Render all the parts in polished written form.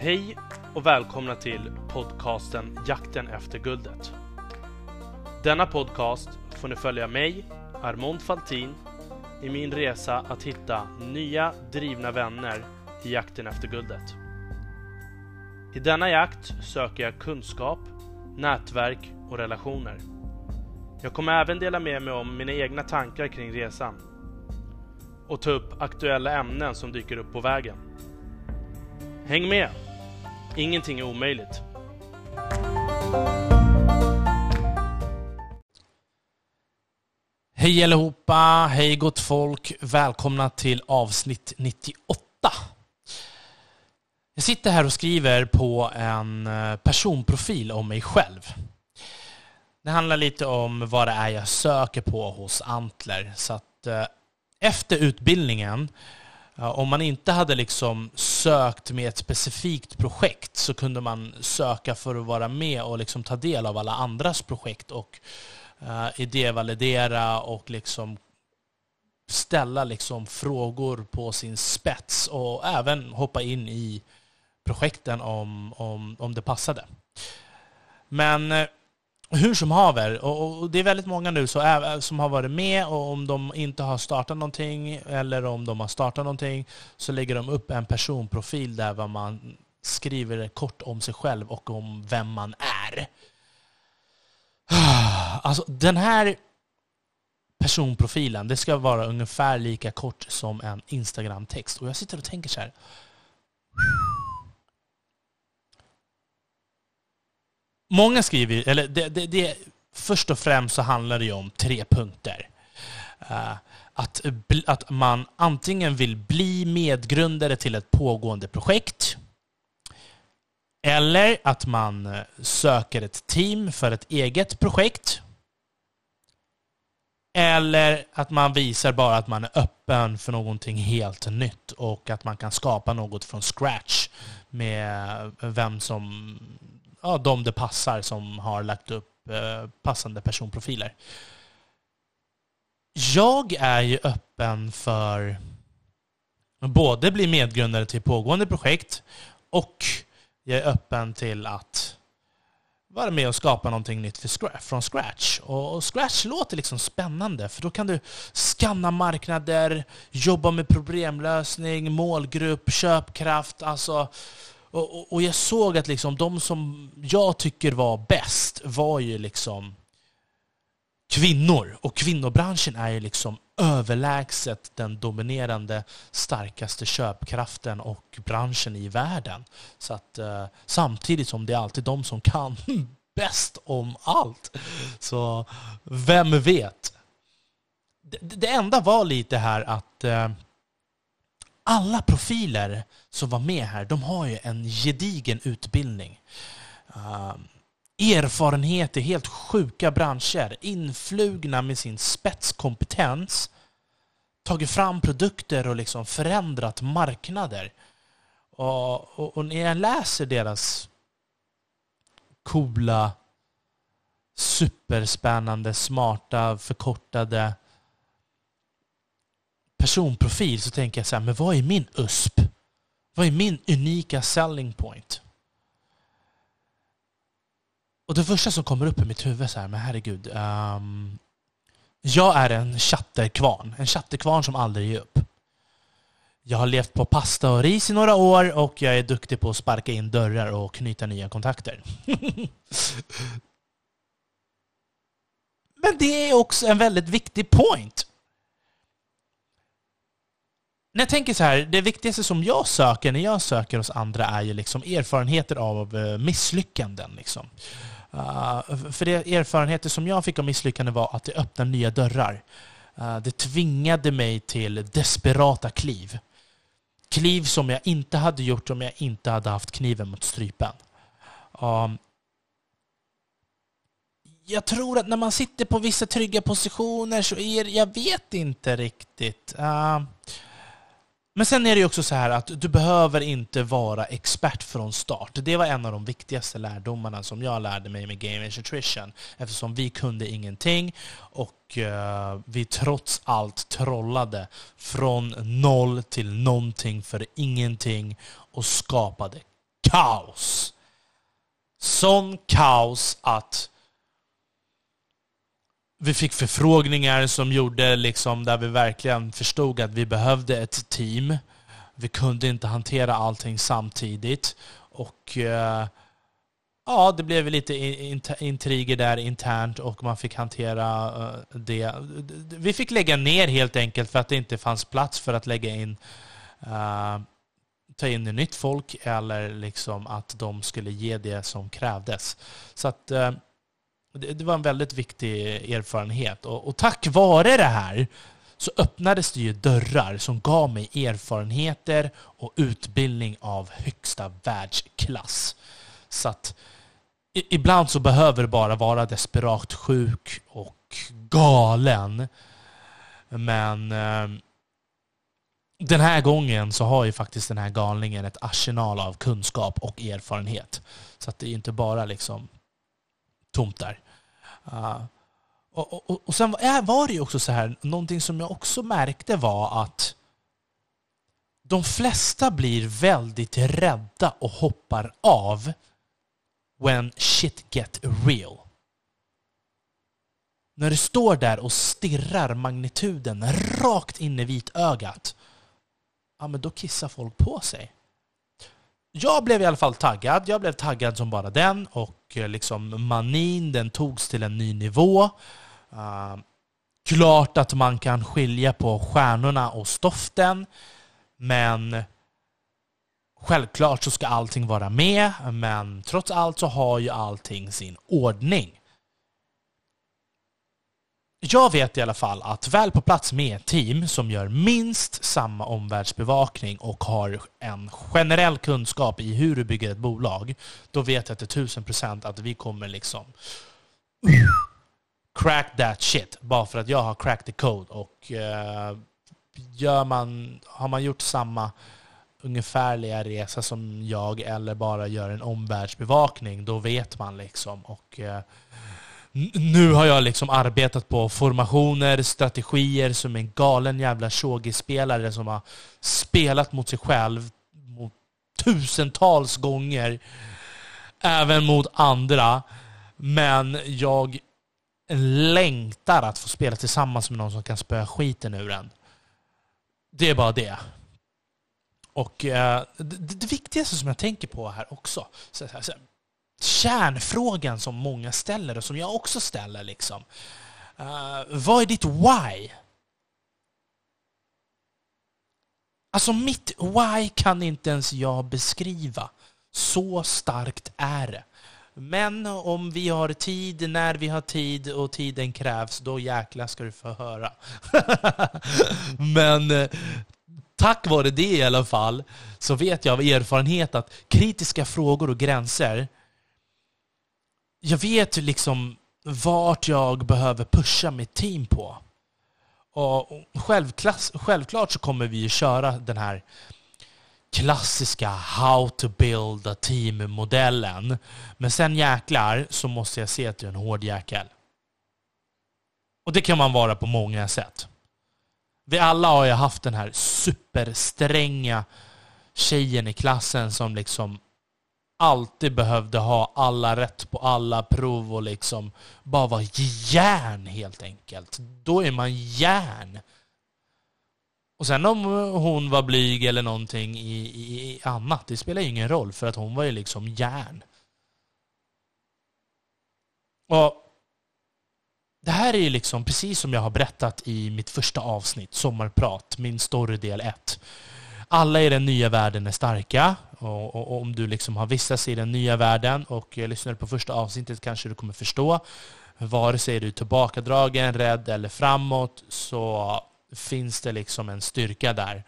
Hej och välkomna till podcasten Jakten efter guldet. Denna podcast får ni följa mig, Armond Faltin, i min resa att hitta nya drivna vänner i jakten efter guldet. I denna jakt söker jag kunskap, nätverk och relationer. Jag kommer även dela med mig om mina egna tankar kring resan och ta upp aktuella ämnen som dyker upp på vägen. Häng med! Ingenting är omöjligt. Hej allihopa, hej gott folk, välkomna till avsnitt 98. Jag sitter här och skriver på en personprofil om mig själv. Det handlar lite om vad det är jag söker på hos Antler. Så att efter utbildningen, om man inte hade liksom sökt med ett specifikt projekt, så kunde man söka för att vara med och liksom ta del av alla andras projekt och idévalidera och liksom ställa liksom frågor på sin spets och även hoppa in i projekten om det passade. Men hur som haver, och det är väldigt många nu som har varit med, och om de inte har startat någonting eller om de har startat någonting, så lägger de upp en personprofil där man skriver kort om sig själv och om vem man är. Alltså den här personprofilen, det ska vara ungefär lika kort som en Instagram-text. Och jag sitter och tänker så här. Många skriver, eller det först och främst så handlar det ju om 3 punkter. Att man antingen vill bli medgrundare till ett pågående projekt, eller att man söker ett team för ett eget projekt, eller att man visar bara att man är öppen för någonting helt nytt och att man kan skapa något från scratch med vem som, de det passar som har lagt upp passande personprofiler. Jag är ju öppen för både bli medgrundare till pågående projekt, och jag är öppen till att vara med och skapa någonting nytt från scratch. Och scratch låter liksom spännande, för då kan du skanna marknader, jobba med problemlösning, målgrupp, köpkraft. Alltså, och jag såg att liksom de som jag tycker var bäst var ju liksom kvinnor. Och kvinnobranschen är ju liksom överlägset den dominerande, starkaste köpkraften och branschen i världen. Så att samtidigt som det är alltid de som kan bäst om allt. Så vem vet? Det enda var lite här att alla profiler som var med här, de har ju en gedigen utbildning. Erfarenhet i helt sjuka branscher, influgna med sin spetskompetens, tagit fram produkter och liksom förändrat marknader. Och när jag läser deras coola, superspännande, smarta, förkortade personprofil, så tänker jag så här, men vad är min USP? Vad är min unika selling point? Och det första som kommer upp i mitt huvud så här, men herregud, jag är en chatterkvarn som aldrig ger upp. Jag har levt på pasta och ris i några år, och jag är duktig på att sparka in dörrar och knyta nya kontakter. Men det är också en väldigt viktig point. När jag tänker så här, det viktigaste som jag söker när jag söker hos andra är ju liksom erfarenheter av misslyckanden. Liksom. För det erfarenheter som jag fick av misslyckanden var att det öppnar nya dörrar. Det tvingade mig till desperata kliv. Kliv som jag inte hade gjort om jag inte hade haft kniven mot strypen. Jag tror att när man sitter på vissa trygga positioner så jag vet inte riktigt. Men sen är det ju också så här att du behöver inte vara expert från start. Det var en av de viktigaste lärdomarna som jag lärde mig med Game Nutrition. Eftersom vi kunde ingenting och vi trots allt trollade från 0 till någonting för ingenting och skapade kaos. Sån kaos att vi fick förfrågningar som gjorde liksom där vi verkligen förstod att vi behövde ett team. Vi kunde inte hantera allting samtidigt. Och ja, det blev lite intriger där internt och man fick hantera det. Vi fick lägga ner helt enkelt för att det inte fanns plats för att lägga in ta in nytt folk eller liksom att de skulle ge det som krävdes. Så att det var en väldigt viktig erfarenhet. Och tack vare det här så öppnades det ju dörrar som gav mig erfarenheter och utbildning av högsta världsklass. Så att ibland så behöver det bara vara desperat sjuk och galen. Men den här gången så har ju faktiskt den här galningen ett arsenal av kunskap och erfarenhet. Så att det är inte bara liksom tomt där. Och sen var det ju också så här, någonting som jag också märkte var att de flesta blir väldigt rädda och hoppar av when shit get real. När du står där och stirrar magnituden rakt in i vitögat, ja men då kissar folk på sig. Jag blev i alla fall taggad. Jag blev taggad som bara den. Och liksom manin, den togs till en ny nivå. Klart att man kan skilja på stjärnorna och stoften. Men självklart så ska allting vara med. Men trots allt så har ju allting sin ordning. Jag vet i alla fall att väl på plats med ett team som gör minst samma omvärldsbevakning och har en generell kunskap i hur du bygger ett bolag, då vet jag till 1000% att vi kommer liksom crack that shit. Bara för att jag har cracked the code. Och har man gjort samma ungefärliga resa som jag eller bara gör en omvärldsbevakning, då vet man liksom. Och nu har jag liksom arbetat på formationer, strategier som en galen jävla shogi-spelare som har spelat mot sig själv mot tusentals gånger, även mot andra. Men jag längtar att få spela tillsammans med någon som kan spöa skiten ur en. Det är bara det. Och det viktigaste som jag tänker på här också, kärnfrågan som många ställer och som jag också ställer liksom. Vad är ditt why? Alltså mitt why kan inte ens jag beskriva. Så starkt är det. Men om vi har tid, när vi har tid och tiden krävs, då jäkla ska du få höra. Men tack vare det i alla fall så vet jag av erfarenhet att kritiska frågor och gränser, jag vet liksom vart jag behöver pusha mitt team på. Och självklart så kommer vi köra den här klassiska how to build a team-modellen. Men sen jäklar så måste jag se att du är en hård jäkel. Och det kan man vara på många sätt. Vi alla har ju haft den här superstränga tjejen i klassen som liksom alltid behövde ha alla rätt på alla prov och liksom bara vara järn helt enkelt. Då är man järn. Och sen om hon var blyg eller någonting i annat, det spelar ingen roll för att hon var ju liksom järn. Och det här är ju liksom precis som jag har berättat i mitt första avsnitt, Sommarprat, min story del 1. Alla i den nya världen är starka. Och om du liksom har vistats i den nya världen och lyssnar på första avsnittet kanske du kommer förstå. Vare sig du är tillbakadragen, rädd eller framåt, så finns det liksom en styrka där.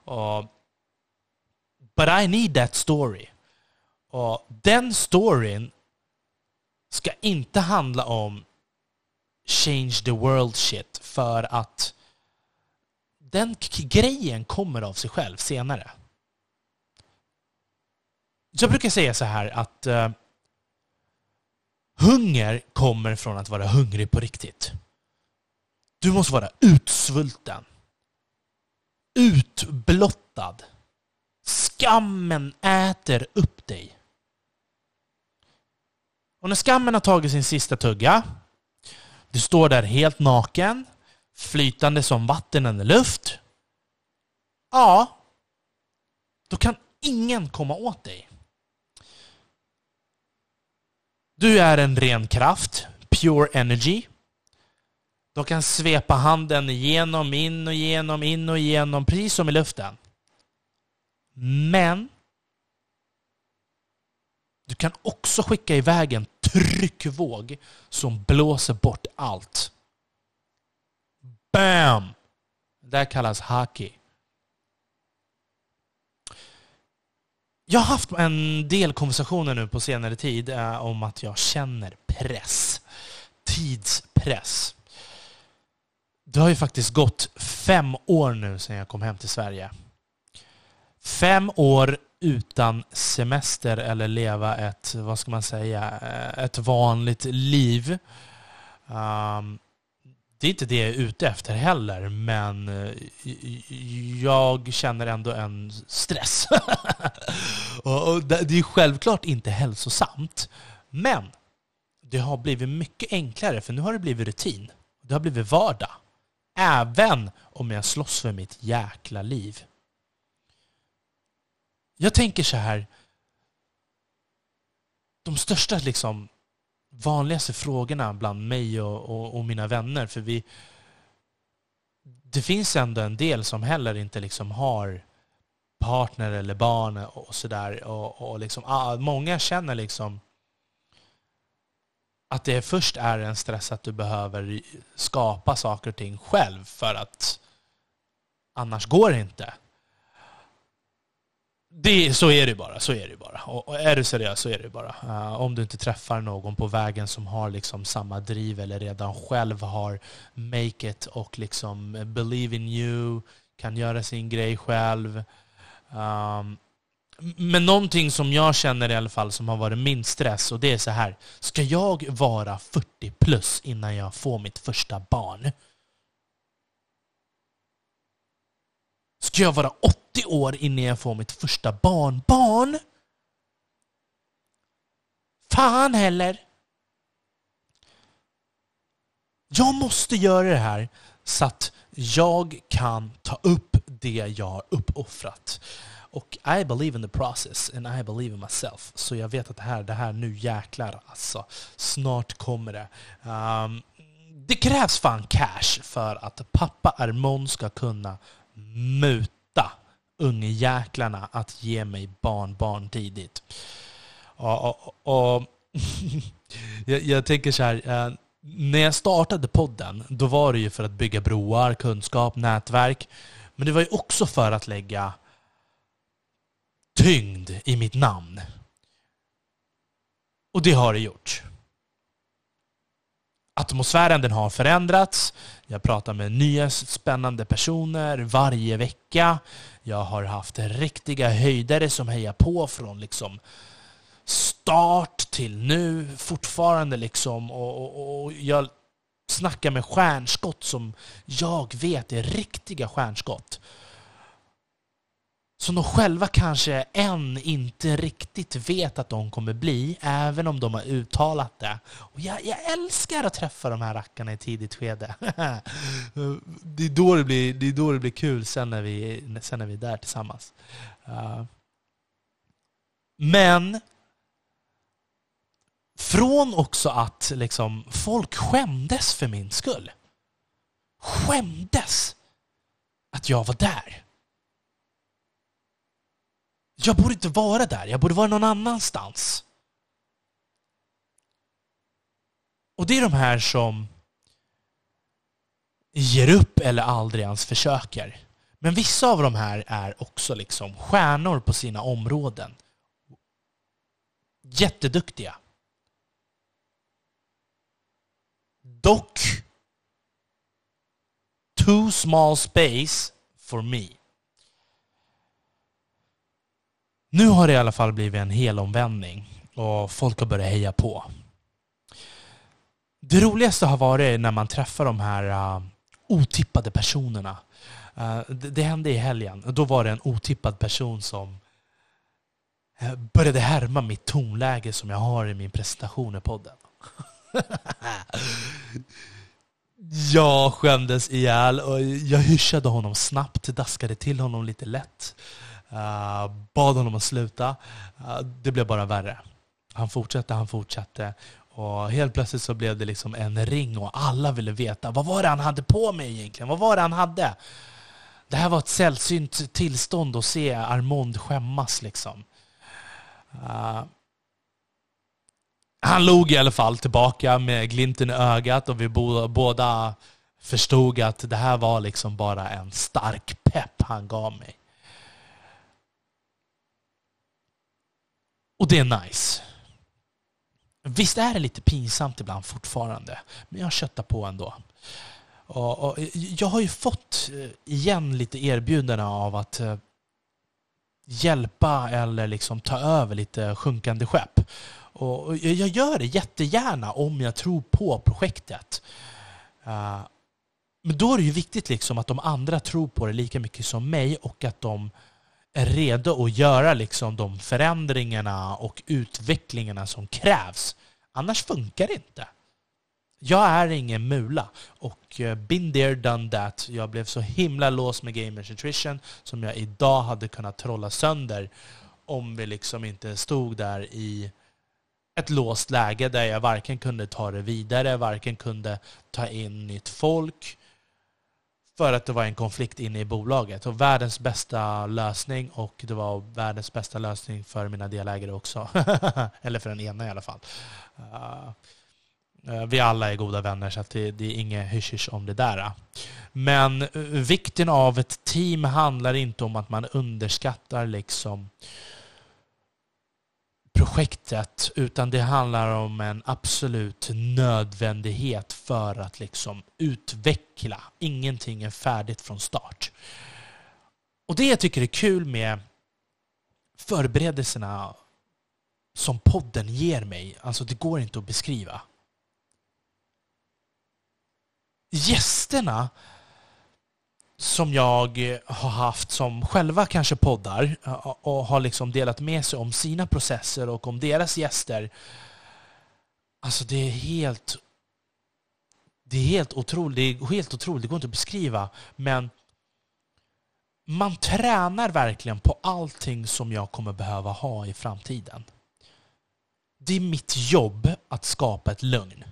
But I need that story. Och den storyn ska inte handla om change the world shit, för att den grejen kommer av sig själv senare. Jag brukar säga så här att hunger kommer från att vara hungrig på riktigt. Du måste vara utsvulten, utblottad, skammen äter upp dig. Och när skammen har tagit sin sista tugga, du står där helt naken, flytande som vatten eller luft. Ja, då kan ingen komma åt dig. Du är en ren kraft, pure energy. De kan svepa handen igenom, in och igenom, in och igenom, precis som i luften. Men du kan också skicka iväg en tryckvåg som blåser bort allt. Bam! Det här kallas haki. Jag har haft en del konversationer nu på senare tid om att jag känner press. Tidspress. Det har ju faktiskt gått 5 år nu sedan jag kom hem till Sverige. 5 år utan semester eller leva ett, vad ska man säga, ett vanligt liv. Det är inte det jag är ute efter heller, men jag känner ändå en stress. Och det är självklart inte hälsosamt, men det har blivit mycket enklare, för nu har det blivit rutin. Det har blivit vardag. Även om jag slåss för mitt jäkla liv. Jag tänker så här. De största vanligaste frågorna bland mig och mina vänner. För det finns ändå en del som heller inte har partner eller barn och sådär. Och många känner att det först är en stress att du behöver skapa saker och ting själv, för att annars går det inte. Så är det bara. Och är du seriös så är det bara. Om du inte träffar någon på vägen som har samma driv eller redan själv har make it och believe in you, kan göra sin grej själv. Men någonting som jag känner i alla fall som har varit min stress, och det är så här: ska jag vara 40 plus innan jag får mitt första barn? Ska jag vara 80 år innan jag får mitt första barnbarn? Fan heller! Jag måste göra det här så att jag kan ta upp det jag har uppoffrat. Och I believe in the process and I believe in myself. Så jag vet att det här nu jäklar alltså. Snart kommer det. Det krävs fan cash för att pappa Armon ska kunna muta ungjäklarna att ge mig barnbarn tidigt. Och jag tänker så här, när jag startade podden, då var det ju för att bygga broar, kunskap, nätverk. Men det var ju också för att lägga tyngd i mitt namn. Och det har det gjort. Atmosfären, den har förändrats. Jag pratar med nya spännande personer varje vecka. Jag har haft riktiga höjdare som hejar på från start till nu. Fortfarande och jag snackar med stjärnskott som jag vet är riktiga stjärnskott. Som de själva kanske än inte riktigt vet att de kommer bli, även om de har uttalat det. Och jag älskar att träffa de här rackarna i tidigt skede. Det är då det blir kul sen när vi är där tillsammans. Men från också att folk skämdes för min skull. Skämdes att jag var där. Jag borde inte vara där. Jag borde vara någon annanstans. Och det är de här som ger upp eller aldrig ens försöker. Men vissa av de här är också stjärnor på sina områden. Jätteduktiga. Dock too small space for me. Nu har det i alla fall blivit en hel omvändning och folk har börjat heja på. Det roligaste har varit när man träffar de här otippade personerna. Det hände i helgen. Då var det en otippad person som började härma mitt tonläge som jag har i min presentation i podden. Jag skämdes ihjäl och jag hyschade honom snabbt, daskade till honom lite lätt. Bad honom att sluta. Det blev bara värre. Han fortsatte. Och helt plötsligt så blev det liksom en ring och alla ville veta vad var det han hade på mig egentligen? Vad var det han hade? Det här var ett sällsynt tillstånd att se Armond skämmas liksom. Han log i alla fall tillbaka med glimten i ögat och vi båda förstod att det här var liksom bara en stark pepp han gav mig. Och det är nice. Visst är det lite pinsamt ibland fortfarande, men jag köttar på ändå. Och jag har ju fått igen lite erbjudanden av att hjälpa eller liksom ta över lite sjunkande skepp. Och jag gör det jättegärna om jag tror på projektet. Men då är det ju viktigt liksom att de andra tror på det lika mycket som mig och att de är redo att göra liksom de förändringarna och utvecklingarna som krävs. Annars funkar det inte. Jag är ingen mula och been there, done that. Jag blev så himla låst med Gamers Nutrition som jag idag hade kunnat trolla sönder om vi liksom inte stod där i ett låst läge där jag varken kunde ta det vidare, varken kunde ta in nytt folk för att det var en konflikt inne i bolaget. Och världens bästa lösning, och det var världens bästa lösning för mina delägare också. Eller för den ena i alla fall. Vi alla är goda vänner så att det är inget hysch om det där. Men vikten av ett team handlar inte om att man underskattar liksom projektet, utan det handlar om en absolut nödvändighet för att liksom utveckla. Ingenting är färdigt från start. Och det jag tycker är kul med förberedelserna som podden ger mig, alltså det går inte att beskriva. Gästerna som jag har haft som själva kanske poddar och har liksom delat med sig om sina processer och om deras gäster. Alltså det är helt otroligt. Det är helt otroligt. Det går inte att beskriva. Men man tränar verkligen på allting som jag kommer behöva ha i framtiden. Det är mitt jobb att skapa ett lugn.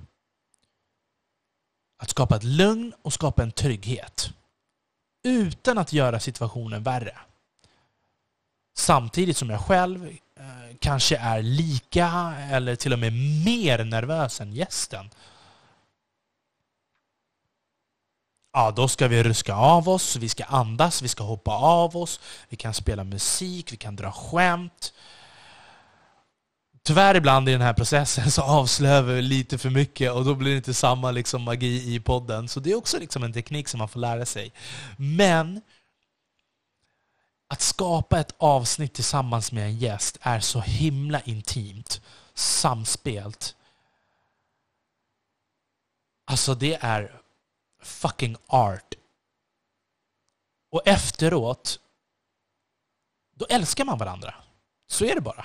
Att skapa ett lugn och skapa en trygghet. Utan att göra situationen värre. Samtidigt som jag själv kanske är lika eller till och med mer nervös än gästen. Ja, då ska vi ruska av oss, vi ska andas, vi ska hoppa av oss, vi kan spela musik, vi kan dra skämt. Tyvärr ibland i den här processen så avslöjar vi lite för mycket och då blir det inte samma liksom magi i podden. Så det är också liksom en teknik som man får lära sig. Men att skapa ett avsnitt tillsammans med en gäst är så himla intimt, samspelt. Alltså det är fucking art. Och efteråt då älskar man varandra. Så är det bara.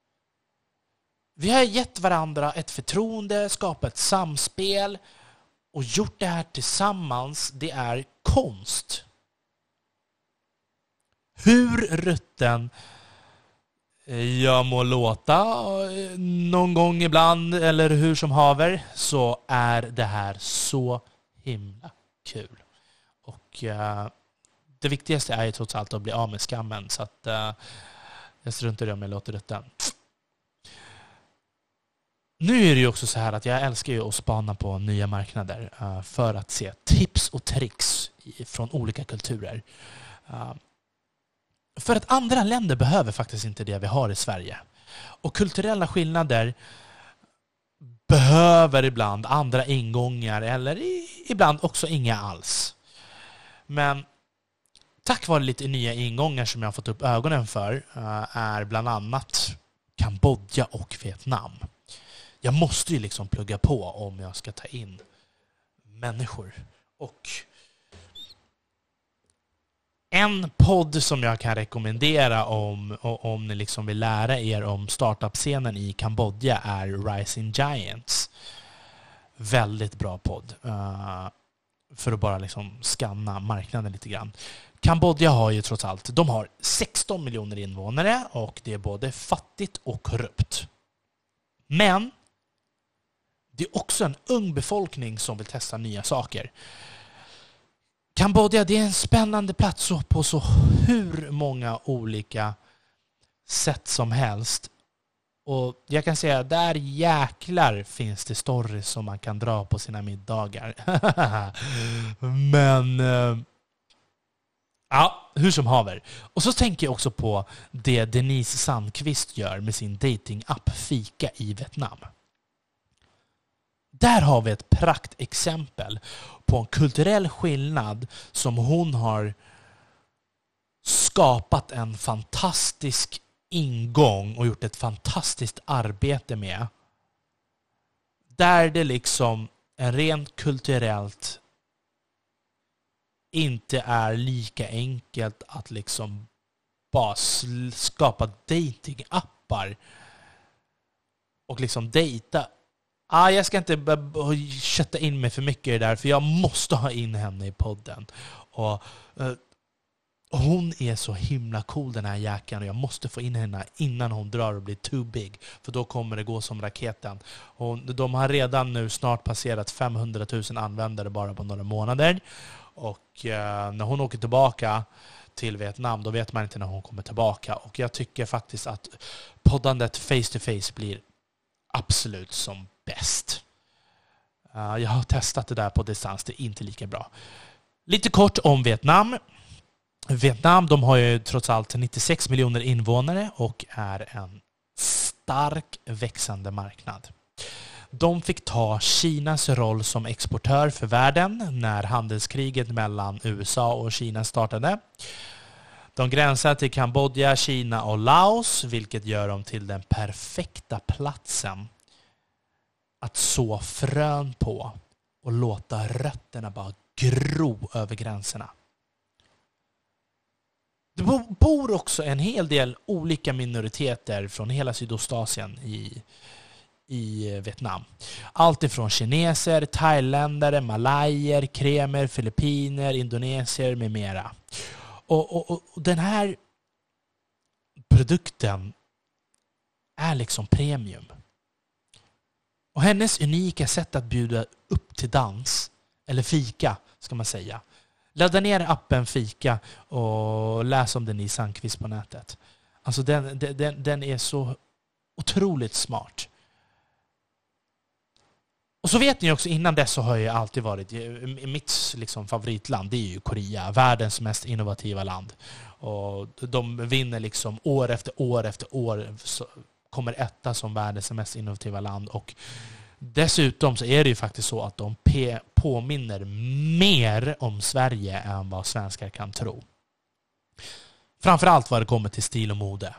Vi har gett varandra ett förtroende, skapat ett samspel och gjort det här tillsammans. Det är konst. Hur rutten jag må låta någon gång ibland eller hur som haver, så är det här så himla kul. Och det viktigaste är ju trots allt att bli av med skammen, så att jag struntar i om jag låter rutten. Nu är det ju också så här att jag älskar ju att spana på nya marknader för att se tips och tricks från olika kulturer. För att andra länder behöver faktiskt inte det vi har i Sverige. Och kulturella skillnader behöver ibland andra ingångar eller ibland också inga alls. Men tack vare lite nya ingångar som jag har fått upp ögonen för är bland annat Kambodja och Vietnam. Jag måste ju liksom plugga på om jag ska ta in människor. Och En podd som jag kan rekommendera om ni liksom vill lära er om startup-scenen i Kambodja är Rising Giants. Väldigt bra podd. För att bara liksom skanna marknaden lite grann. Kambodja har ju trots allt, de har 16 miljoner invånare och det är både fattigt och korrupt. Men det är också en ung befolkning som vill testa nya saker. Kambodja, det är en spännande plats på så hur många olika sätt som helst. Och jag kan säga, där jäklar finns det stories som man kan dra på sina middagar. Men ja, hur som haver. Och så tänker jag också på det Denise Sandqvist gör med sin datingapp Fika i Vietnam. Där har vi ett praktexempel på en kulturell skillnad som hon har skapat en fantastisk ingång och gjort ett fantastiskt arbete med. Där det liksom är rent kulturellt inte är lika enkelt att liksom bara skapa datingappar och liksom dejta. Jag ska inte kötta in mig för mycket i det där, för jag måste ha in henne i podden. Och hon är så himla cool, den här jäkeln, och jag måste få in henne innan hon drar och blir too big, för då kommer det gå som raketen. Och de har redan nu snart passerat 500 000 användare bara på några månader. Och när hon åker tillbaka till Vietnam, då vet man inte när hon kommer tillbaka. Och jag tycker faktiskt att poddandet face to face blir absolut som bäst. Jag har testat det där på distans, det är inte lika bra. Lite kort om Vietnam. Vietnam, de har ju trots allt 96 miljoner invånare och är en stark växande marknad. De fick ta Kinas roll som exportör för världen när handelskriget mellan USA och Kina startade. De gränsar till Kambodja, Kina och Laos, vilket gör dem till den perfekta platsen att så frön på och låta rötterna bara gro över gränserna. Det bor också en hel del olika minoriteter från hela Sydostasien i Vietnam. Allt ifrån kineser, thailändare, malajer, kremer, filippiner, indonesier med mera. Och den här produkten är liksom premium. Och hennes unika sätt att bjuda upp till dans, eller fika ska man säga. Ladda ner appen Fika och läs om den i Sandqvist på nätet. Alltså den är så otroligt smart. Och så vet ni också, innan dess så har jag alltid varit, mitt liksom favoritland, det är ju Korea, världens mest innovativa land. Och de vinner liksom år efter år efter år, så kommer etta som världens mest innovativa land. Och dessutom så är det ju faktiskt så att de påminner mer om Sverige än vad svenskar kan tro. Framförallt vad det kommer till stil och mode.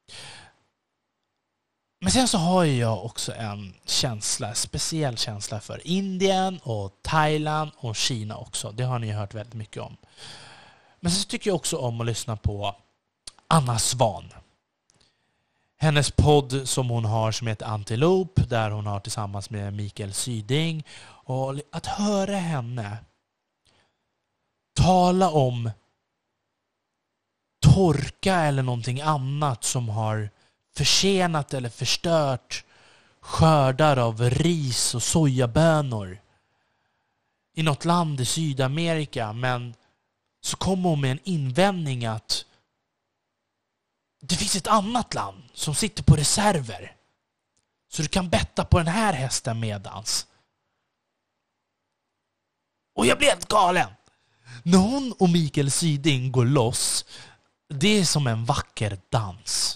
Men sen så har jag också en speciell känsla för Indien och Thailand och Kina också. Det har ni hört väldigt mycket om. Men så tycker jag också om att lyssna på Anna Svan. Hennes podd som hon har som heter Antelope, där hon har tillsammans med Mikael Syding. Och att höra henne tala om torka eller någonting annat som har försenat eller förstört skördar av ris och sojabönor i något land i Sydamerika, men så kommer hon med en invändning att det finns ett annat land som sitter på reserver, så du kan betta på den här hästen medans. Och jag blev helt galen. När hon och Mikael Syding går loss, det är som en vacker dans.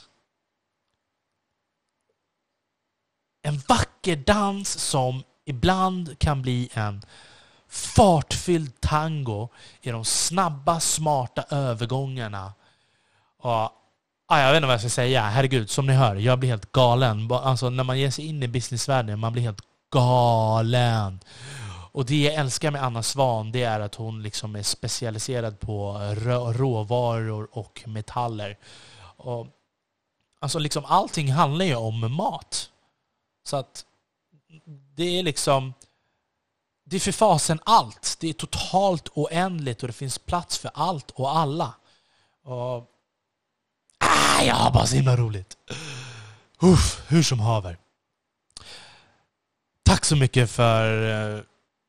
En vacker dans som ibland kan bli en fartfylld tango i de snabba, smarta övergångarna. Och jag vet inte vad jag ska säga. Herregud, som ni hör, jag blir helt galen. Alltså när man ger sig in i businessvärlden, man blir helt galen. Och det jag älskar med Anna Svan, det är att hon liksom är specialiserad på råvaror och metaller. Och alltså liksom allting handlar ju om mat. Så att det är liksom, det är för fasen allt. Det är totalt oändligt och det finns plats för allt och alla. Och jag har bara så himla roligt. Hur som haver. Tack så mycket för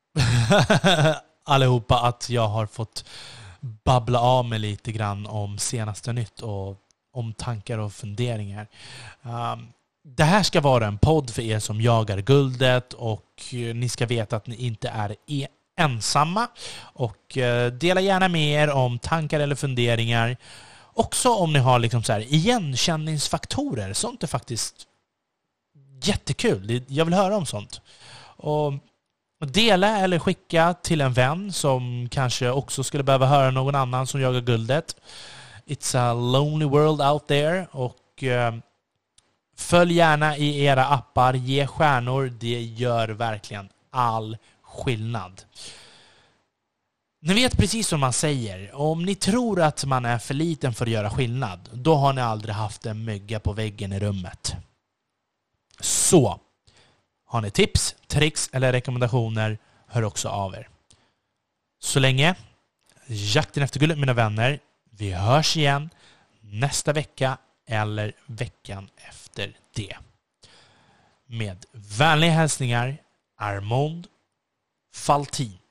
allihopa att jag har fått babbla av mig lite grann om senaste nytt och om tankar och funderingar. Det här ska vara en podd för er som jagar guldet, och ni ska veta att ni inte är ensamma. Och dela gärna med er om tankar eller funderingar. Också om ni har liksom så här igenkänningsfaktorer. Sånt är faktiskt jättekul. Jag vill höra om sånt. Och dela eller skicka till en vän som kanske också skulle behöva höra någon annan som jagar guldet. It's a lonely world out there. Och följ gärna i era appar. Ge stjärnor. Det gör verkligen all skillnad. Ni vet precis som man säger. Om ni tror att man är för liten för att göra skillnad, då har ni aldrig haft en mygga på väggen i rummet. Så, har ni tips, tricks eller rekommendationer, hör också av er. Så länge, jakten efter guldet mina vänner. Vi hörs igen nästa vecka eller veckan efter det. Med vänliga hälsningar, Armond Faltin.